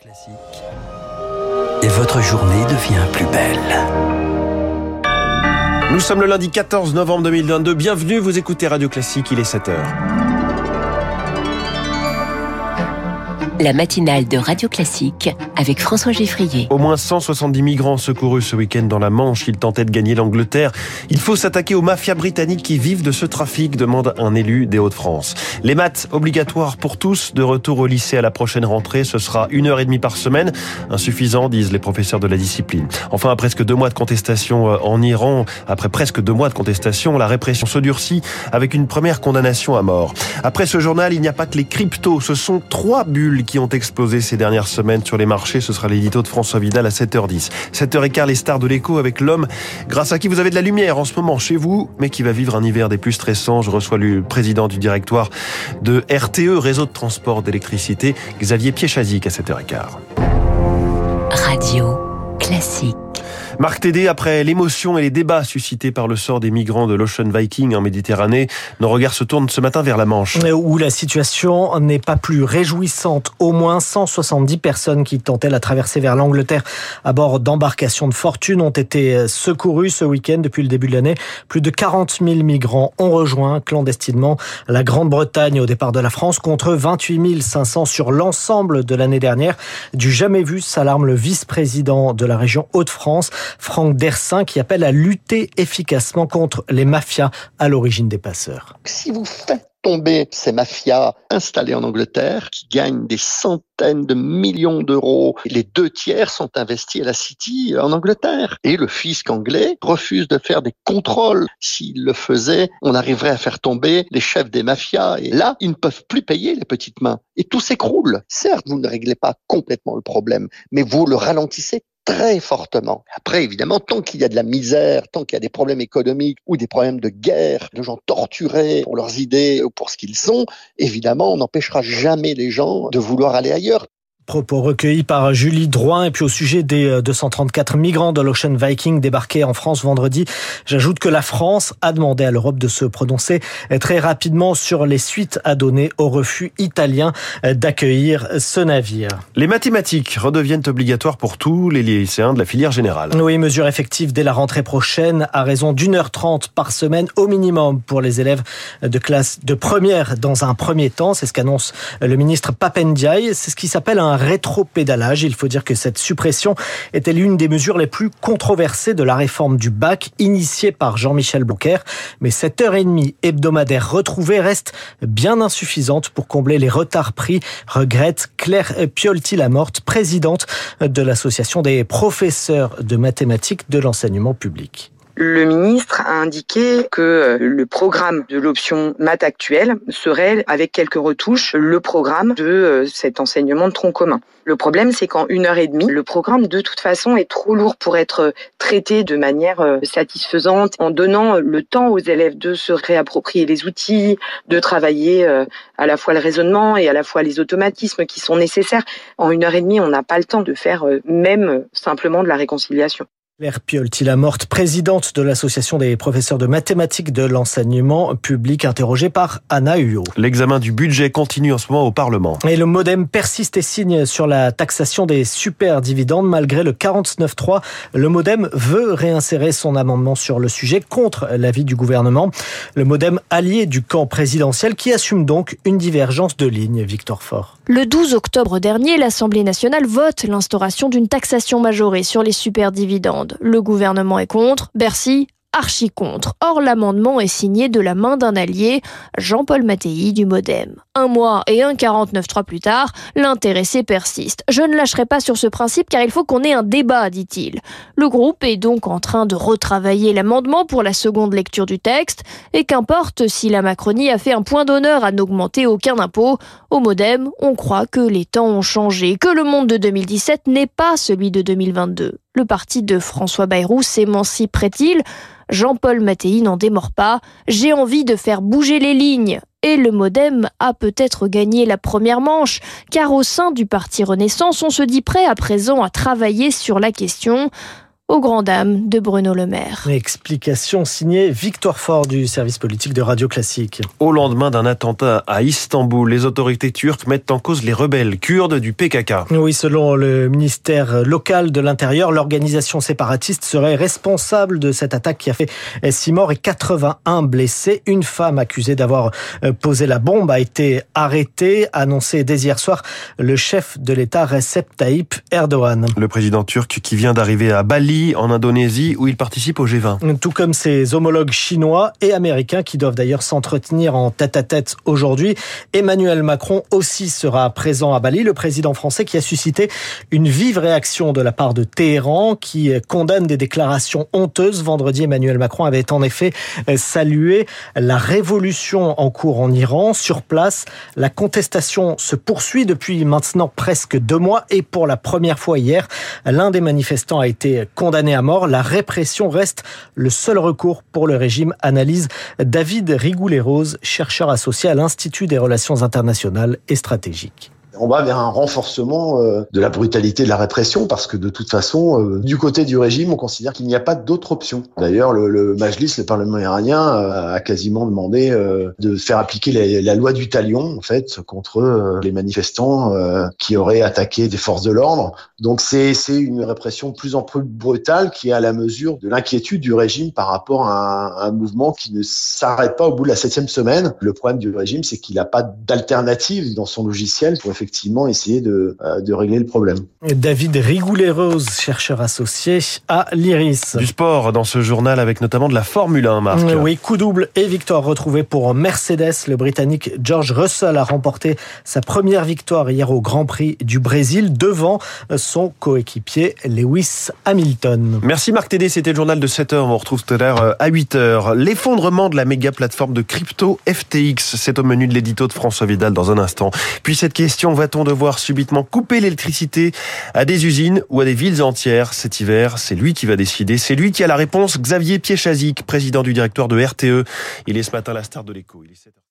Classique. Et votre journée devient plus belle. Nous sommes le lundi 14 novembre 2022. Bienvenue, vous écoutez Radio Classique, il est 7h. La matinale de Radio Classique avec François Geffrier. Au moins 170 migrants secourus ce week-end dans la Manche. Ils tentaient de gagner l'Angleterre. Il faut s'attaquer aux mafias britanniques qui vivent de ce trafic, demande un élu des Hauts-de-France. Les maths obligatoires pour tous, de retour au lycée à la prochaine rentrée. Ce sera 1h30 par semaine. Insuffisant, disent les professeurs de la discipline. Enfin, après presque 2 mois de contestation en Iran, la répression se durcit avec une première condamnation à mort. Après ce journal, il n'y a pas que les cryptos. Ce sont 3 bulles qui ont explosé ces dernières semaines sur les marchés. Ce sera l'édito de François Vidal à 7h10. 7h15, les stars de l'écho avec l'homme grâce à qui vous avez de la lumière en ce moment chez vous, mais qui va vivre un hiver des plus stressants. Je reçois le président du directoire de RTE, Réseau de transport d'électricité, Xavier Piéchazic à 7h15. Radio Classique. Marc Tédé, après l'émotion et les débats suscités par le sort des migrants de l'Ocean Viking en Méditerranée, nos regards se tournent ce matin vers la Manche. Où la situation n'est pas plus réjouissante. Au moins 170 personnes qui tentaient la traversée vers l'Angleterre à bord d'embarcations de fortune ont été secourues ce week-end depuis le début de l'année. Plus de 40 000 migrants ont rejoint clandestinement la Grande-Bretagne au départ de la France contre 28 500 sur l'ensemble de l'année dernière. Du jamais vu, s'alarme le vice-président de la région Hauts-de-France, Franck Dersin, qui appelle à lutter efficacement contre les mafias à l'origine des passeurs. Si vous faites tomber ces mafias installées en Angleterre, qui gagnent des centaines de millions d'euros, les 2/3 sont investis à la City en Angleterre. Et le fisc anglais refuse de faire des contrôles. S'il le faisait, on arriverait à faire tomber les chefs des mafias. Et là, ils ne peuvent plus payer les petites mains. Et tout s'écroule. Certes, vous ne réglez pas complètement le problème, mais vous le ralentissez très fortement. Après, évidemment, tant qu'il y a de la misère, tant qu'il y a des problèmes économiques ou des problèmes de guerre, de gens torturés pour leurs idées ou pour ce qu'ils sont, évidemment, on n'empêchera jamais les gens de vouloir aller ailleurs. Propos recueillis par Julie Drouin. Et puis au sujet des 234 migrants de l'Ocean Viking débarqués en France vendredi, j'ajoute que la France a demandé à l'Europe de se prononcer très rapidement sur les suites à donner au refus italien d'accueillir ce navire. Les mathématiques redeviennent obligatoires pour tous les lycéens de la filière générale. Oui, mesure effective dès la rentrée prochaine à raison d'1h30 par semaine au minimum pour les élèves de classe de première dans un premier temps. C'est ce qu'annonce le ministre Pap Ndiaye. C'est ce qui s'appelle un rétropédalage. Il faut dire que cette suppression était l'une des mesures les plus controversées de la réforme du bac initiée par Jean-Michel Blanquer. Mais cette heure et demie hebdomadaire retrouvée reste bien insuffisante pour combler les retards pris, regrette Claire Piolti-Lamorte, présidente de l'association des professeurs de mathématiques de l'enseignement public. Le ministre a indiqué que le programme de l'option maths actuelle serait, avec quelques retouches, le programme de cet enseignement de tronc commun. Le problème, c'est qu'en 1h30, le programme, de toute façon, est trop lourd pour être traité de manière satisfaisante, en donnant le temps aux élèves de se réapproprier les outils, de travailler à la fois le raisonnement et à la fois les automatismes qui sont nécessaires. En 1h30, on n'a pas le temps de faire même simplement de la réconciliation. Claire Piolti-Lamorte, présidente de l'association des professeurs de mathématiques de l'enseignement public, interrogée par Anna Huot. L'examen du budget continue en ce moment au Parlement. Et le MoDem persiste et signe sur la taxation des superdividendes. Malgré le 49.3, le MoDem veut réinsérer son amendement sur le sujet contre l'avis du gouvernement. Le MoDem allié du camp présidentiel qui assume donc une divergence de ligne. Victor Faure. Le 12 octobre dernier, l'Assemblée nationale vote l'instauration d'une taxation majorée sur les superdividendes. Le gouvernement est contre, Bercy archi contre. Or, l'amendement est signé de la main d'un allié, Jean-Paul Mattei du MoDem. 1 mois et un 49.3 plus tard, l'intéressé persiste. Je ne lâcherai pas sur ce principe car il faut qu'on ait un débat, dit-il. Le groupe est donc en train de retravailler l'amendement pour la seconde lecture du texte. Et qu'importe si la Macronie a fait un point d'honneur à n'augmenter aucun impôt, au MoDem, on croit que les temps ont changé, que le monde de 2017 n'est pas celui de 2022. Le parti de François Bayrou s'émanciperait-il ? Jean-Paul Mattei n'en démord pas. J'ai envie de faire bouger les lignes. Et le MoDem a peut-être gagné la première manche, car au sein du parti Renaissance, on se dit prêt à présent à travailler sur la question. aux grandes dames de Bruno Le Maire. Explication signée Victoire Fort du service politique de Radio Classique. Au lendemain d'un attentat à Istanbul, les autorités turques mettent en cause les rebelles kurdes du PKK. Oui, selon le ministère local de l'Intérieur, l'organisation séparatiste serait responsable de cette attaque qui a fait 6 morts et 81 blessés. Une femme accusée d'avoir posé la bombe a été arrêtée, annoncé dès hier soir le chef de l'État Recep Tayyip Erdogan. Le président turc qui vient d'arriver à Bali, en Indonésie, où il participe au G20. Tout comme ses homologues chinois et américains qui doivent d'ailleurs s'entretenir en tête-à-tête aujourd'hui. Emmanuel Macron aussi sera présent à Bali. Le président français qui a suscité une vive réaction de la part de Téhéran qui condamne des déclarations honteuses. Vendredi, Emmanuel Macron avait en effet salué la révolution en cours en Iran. Sur place, la contestation se poursuit depuis maintenant presque 2 mois et pour la première fois hier, l'un des manifestants a été condamné à mort. La répression reste le seul recours pour le régime, analyse David Rigoulet-Rose, chercheur associé à l'Institut des relations internationales et stratégiques. On va vers un renforcement de la brutalité de la répression parce que de toute façon, du côté du régime, on considère qu'il n'y a pas d'autre option. D'ailleurs, le Majlis, le Parlement iranien, a quasiment demandé de faire appliquer la loi du talion, en fait, contre les manifestants qui auraient attaqué des forces de l'ordre. Donc c'est une répression de plus en plus brutale qui est à la mesure de l'inquiétude du régime par rapport à un mouvement qui ne s'arrête pas au bout de la 7e semaine. Le problème du régime, c'est qu'il n'a pas d'alternative dans son logiciel pour effectivement essayer de régler le problème. David Rigoulet-Rose, chercheur associé à l'IRIS. Du sport dans ce journal avec notamment de la Formule 1, Marc. Oui, coup double et victoire retrouvée pour Mercedes. Le Britannique George Russell a remporté sa première victoire hier au Grand Prix du Brésil devant son coéquipier Lewis Hamilton. Merci Marc Tédé, c'était le journal de 7h. On retrouve tout à l'heure à 8h. L'effondrement de la méga plateforme de crypto FTX, c'est au menu de l'édito de François Vidal dans un instant. Puis cette question, va-t-on devoir subitement couper l'électricité à des usines ou à des villes entières cet hiver? C'est lui qui va décider. C'est lui qui a la réponse. Xavier Piéchazic, président du directoire de RTE. Il est ce matin la star de l'Écho. Il est 7h.